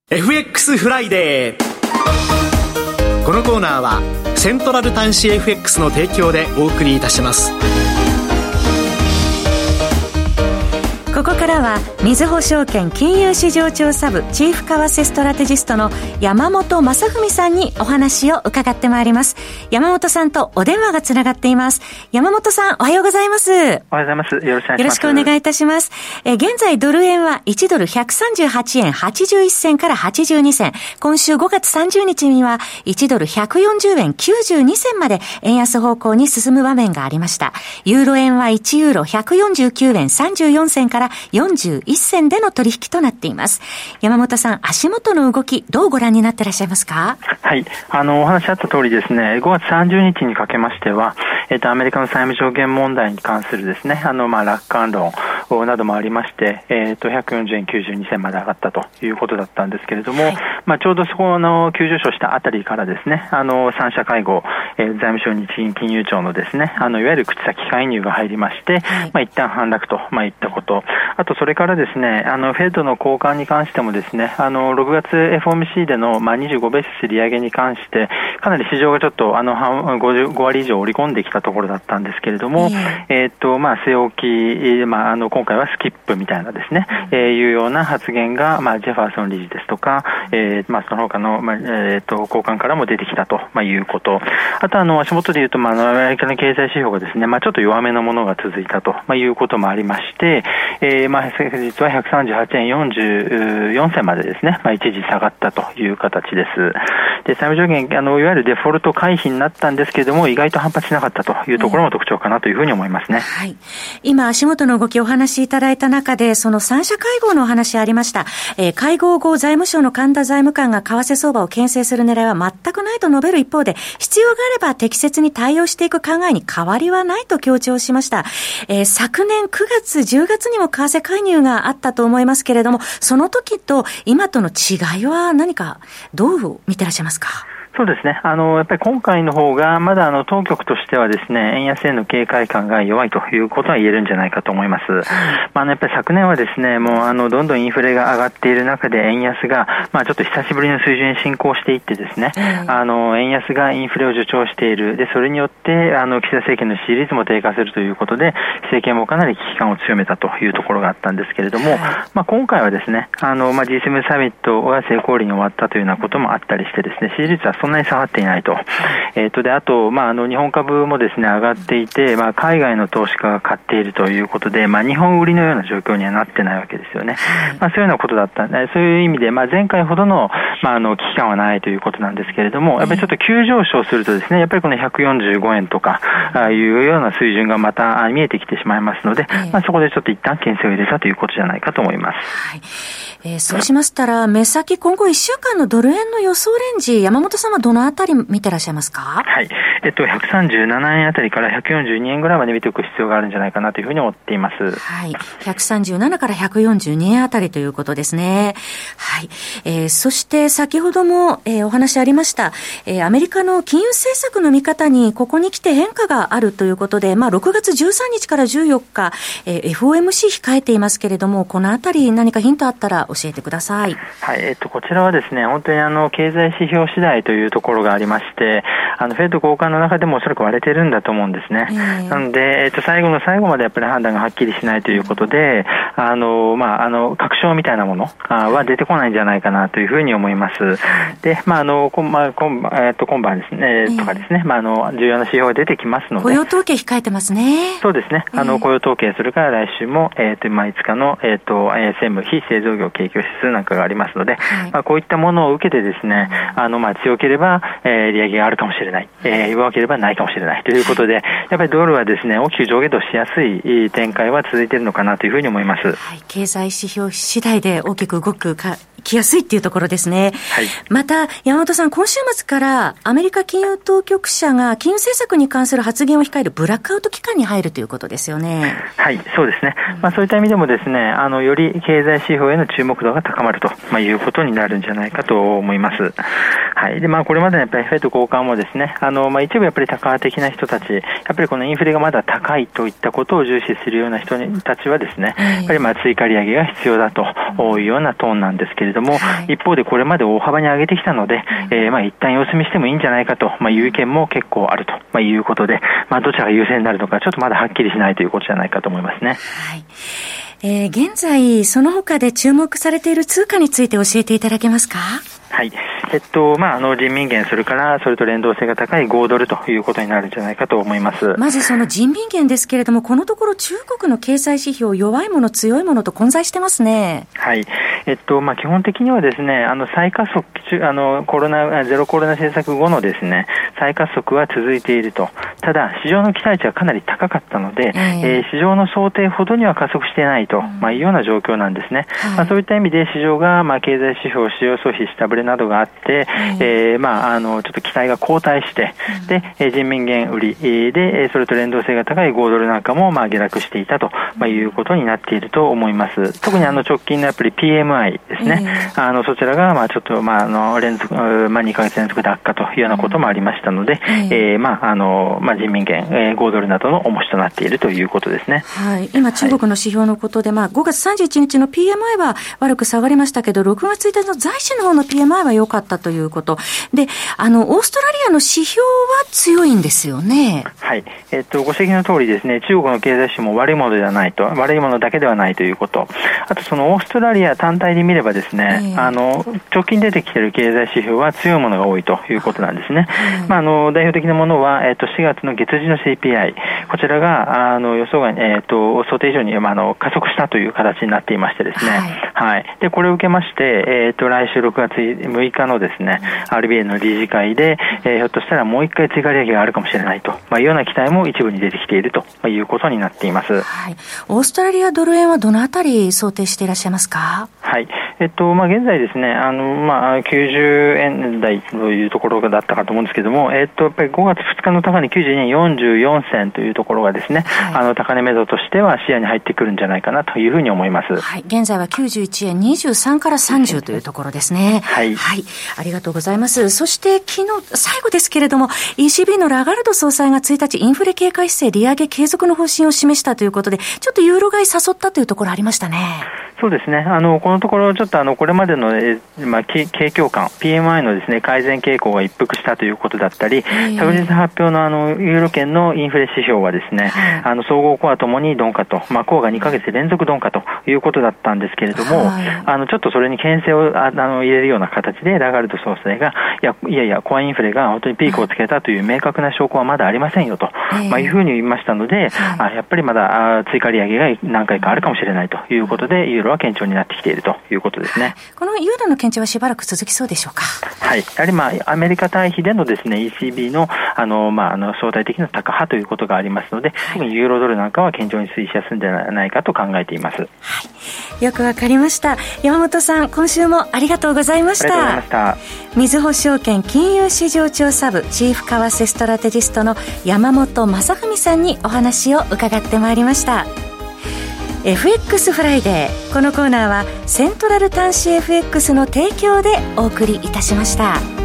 FX フライデー。このコーナーはセントラル端子 FX の提供でお送りいたします。 ここからはみずほ証券金融市場調査部チーフ為替ストラテジストの山本正文さんにお話を伺ってまいります。山本さんとお電話がつながっています。山本さん、おはようございます。 おはようございます。よろしくお願いします。 よろしくお願いいたします。現在ドル円は1ドル138円81銭から82銭。今週5月30日には1ドル140円92銭まで円安方向に進む場面がありました。ユーロ円は1ユーロ149円34銭から41銭での取引となっています。山本さん、足元の動きどうご覧になっていらっしゃいますか？ はい、お話あった通りですね、5月30日にかけましては、アメリカの債務上限問題に関するですね、楽観論などもありまして、140円92銭まで上がったということだったんですけれども、はい、ちょうどそこの急上昇したあたりからですね、三者会合、財務省日銀金融庁のですね、いわゆる口先介入が入りまして、はい、一旦反落と、いったこと、あとそれからですね、フェッドの交換に関してもですね、6月 FOMC での、25ベース利上げに関して、かなり市場がちょっと5割以上織り込んできたところだったんですけれども、据え置き、今回はスキップみたいなですね、いうような発言が、ジェファーソン理事ですとか、その他の、交換からも出てきたと、いうこと。あと足元で言うと、アメリカの経済指標がですね、ちょっと弱めのものが続いたと、いうこともありまして、先日は138円44銭までですね、一時下がったという形です。で、債務上限、いわゆるデフォルト回避になったんですけれども、意外と反発しなかったというところも特徴かなというふうに思いますね。 はい。今、足元の動きをお話しいただいた中で、その三者会合のお話ありました。会合後、財務省の神田財務官が為替相場を牽制する狙いは全くないと述べる一方で、必要があれば適切に対応していく考えに変わりはないと強調しました。昨年9月、10月にも為替介入があったと思いますけれども、その時と今との違いは何かどう見てらっしゃいますか？ そうですね。やっぱり今回の方が、まだ当局としてはですね、円安への警戒感が弱いということは言えるんじゃないかと思います。やっぱり昨年はですね、もうどんどんインフレが上がっている中で円安が、ちょっと久しぶりの水準に進行していってですね、円安がインフレを助長している。で、それによって、岸田政権の支持率も低下するということで、政権もかなり危機感を強めたというところがあったんですけれども、今回はですね、G7 サミットが成功裏に終わったというようなこともあったりしてですね、支持率はそんなに下がっていないと。で、あと、日本株もですね、上がっていて、海外の投資家が買っているということで、日本売りのような状況にはなってないわけですよね。そういうようなことだったんで、そういう意味で、前回ほどの、危機感はないということなんですけれども、やっぱりちょっと急上昇するとですね、やっぱりこの145円とか、いうような水準がまた見えてきてしまいますので、そこでちょっと一旦牽制を入れたということじゃないかと思います。 はい。そうしましたら、目先今後1週間のドル円の予想レンジ、山本さんはどのあたり見てらっしゃいますか？ はい。137円あたりから142円ぐらいまで見ておく必要があるんじゃないかなというふうに思っています。 はい。137から142円あたりということですね。はい。そして先ほども、お話ありました、アメリカの金融政策の見方にここに来て変化があるということで、6月13日から14日、FOMC 控えていますけれども、このあたり何かヒントあったら教えてください。 はい。こちらはですね、本当に経済指標次第というところがありまして、フェッド交換の中でもおそらく割れてるんだと思うんですね。なので、最後の最後までやっぱり判断がはっきりしないということで、確証みたいなものは出てこないんじゃないかなというふうに思います。で、今晩ですね、とかですね、重要な指標が出てきますので。 雇用統計控えてますね。 そうですね。雇用統計、それから来週も、5日の、ISM 非製造業景況指数なんかがありますので、こういったものを受けてですね、強ければ、利上げがあるかもしれない、弱ければないかもしれないということで、やっぱりドルはですね、大きく上下動しやすい展開は続いているのかなというふうに思います。 はい、経済指標次第で大きく動くきやすいっていうところですね。はい、また山本さん、今週末からアメリカ金融当局者が金融政策に関する発言を控えるブラックアウト期間に入るということですよね。 はい、そうですね。そういった意味でもですね、より経済指標への注目度が高まると、いうことになるんじゃないかと思います。はい。で、これまでのやっぱりフェッド交換もですね、一部やっぱりタカ派的な人たち、やっぱりこのインフレがまだ高いといったことを重視するような人たちはですね、やっぱり追加利上げが必要だというようなトーンなんでですけれども、一方でこれまで大幅に上げてきたので、一旦様子見してもいいんじゃないかという意見も結構あるということで、どちらが優先になるのかちょっとまだはっきりしないということじゃないかと思いますね。 現在その他で注目されている通貨について教えていただけますか？ はい。人民元、それと連動性が高い5ドルということになるんじゃないかと思います。 まずその人民元ですけれども、このところ中国の経済指標、弱いもの強いものと混在してますね。 はい。基本的にはですね、再加速、ゼロコロナ政策後のですね、再加速は続いていると。ただ、市場の期待値はかなり高かったので、市場の想定ほどには加速していないと、いうような状況なんですね。そういった意味で市場が、経済指標、主要総比下振れなどがあって、ちょっと期待が後退して、で、人民元売りで、それと連動性が高い5ドルなんかも、下落していたと、いうことになっていると思います。特に直近のやっぱり PMI ですね。そちらが、ちょっと、連続、2ヶ月連続で悪化というようなこともありましたので、人民元、5ドルなどの重しとなっているということですね。 はい。今、中国の指標のことで、5月31日の PMI は悪く下がりましたけど、6月1日の財資の方の PMI は良かったということ。で、オーストラリアの指標は強いんですよね。はい。 ご指摘の通りですね、中国の経済指標も悪いものではないと、悪いものだけではないということ。あと、そのオーストラリア単体で見ればですね、直近出てきている経済指標は強いものが多いということなんですね。代表的なものは、4月の月次の CPI、こちらが、予想が、想定以上に、加速したという形になっていましてですね。はい。で、これを受けまして、来週6月6日のですね、RBA の理事会で、ひょっとしたらもう一回追加利上げがあるかもしれないと、いうような期待も一部に出てきているということになっています。 はい。オーストラリアドル円はどのあたり想定していらっしゃいますか？ はい。現在ですね、90円台というところだったかと思うんですけども、やっぱり5月2日の高値92円44銭というところがですね、高値目処としては視野に入ってくるんじゃないかなというふうに思います。 はい。現在は91円23から30というところですね。 はい。 はい。ありがとうございます。そして昨日、最後ですけれども、ECB のラガルド総裁が1日インフレ警戒姿勢、利上げ継続の方針を示したということで、ちょっとユーロ買い誘ったというところありましたね。 そうですね。このところちょっとこれまでの、景況感、PMI のですね、改善傾向が一服したということだったり、昨日発表のユーロ圏のインフレ指標はですね、総合コアともに鈍化と、コアが2ヶ月連続鈍化ということだったんですけれども、ちょっとそれに牽制を入れるような形でラガルド総裁が、いや、コアインフレが本当にピークをつけたという明確な証拠はまだありませんよと、いうふうに言いましたので、やっぱりまだ追加利上げが何回かあるかもしれないということで、ユーロは堅調になってきているということですね。 このユーロの堅調はしばらく続きそうでしょうか？ はい。やはりアメリカ対比でのですね、ECB の相対的な高派ということがありますので、特にユーロドルなんかは堅調に推移しやすいんじゃないかと考えています。はい。 よくわかりました。山本さん、今週もありがとうございました。 ありがとうございました。 みずほ証券金融市場調査部チーフ為替ストラテジストの山本正文さんにお話を伺ってまいりました。FX フライデー、このコーナーはセントラル端子 FX の提供でお送りいたしました。